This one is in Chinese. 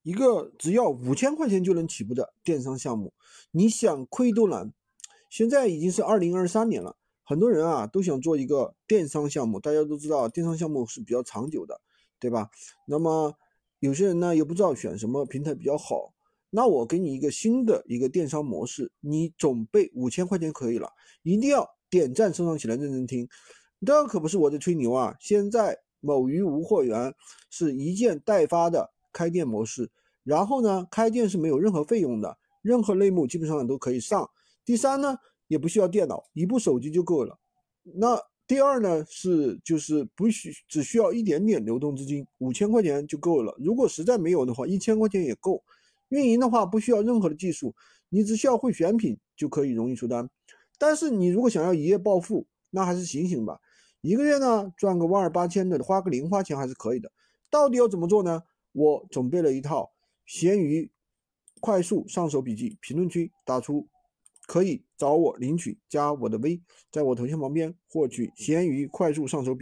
一个只要5000块钱就能起步的电商项目，你想亏都难。现在已经是2023年了，很多人啊都想做一个电商项目。大家都知道电商项目是比较长久的，对吧？那么有些人呢又不知道选什么平台比较好，那我给你一个新的一个电商模式，你总备5000块钱可以了，一定要点赞收藏起来，认真听。这可不是我在吹牛啊！现在某鱼无货源是一件代发的开店模式，然后呢，开店是没有任何费用的，任何类目基本上都可以上。第三呢，也不需要电脑，一部手机就够了。那第二呢，就是只需要一点点流动资金，5000块钱就够了。如果实在没有的话，1000块钱也够。运营的话不需要任何的技术，你只需要会选品就可以容易出单。但是你如果想要一夜暴富，那还是醒醒吧。一个月呢赚个12000的，花个零花钱还是可以的。到底要怎么做呢？我准备了一套闲鱼快速上手笔记，评论区打出可以找我领取，加我的微，在我头像旁边获取闲鱼快速上手笔记。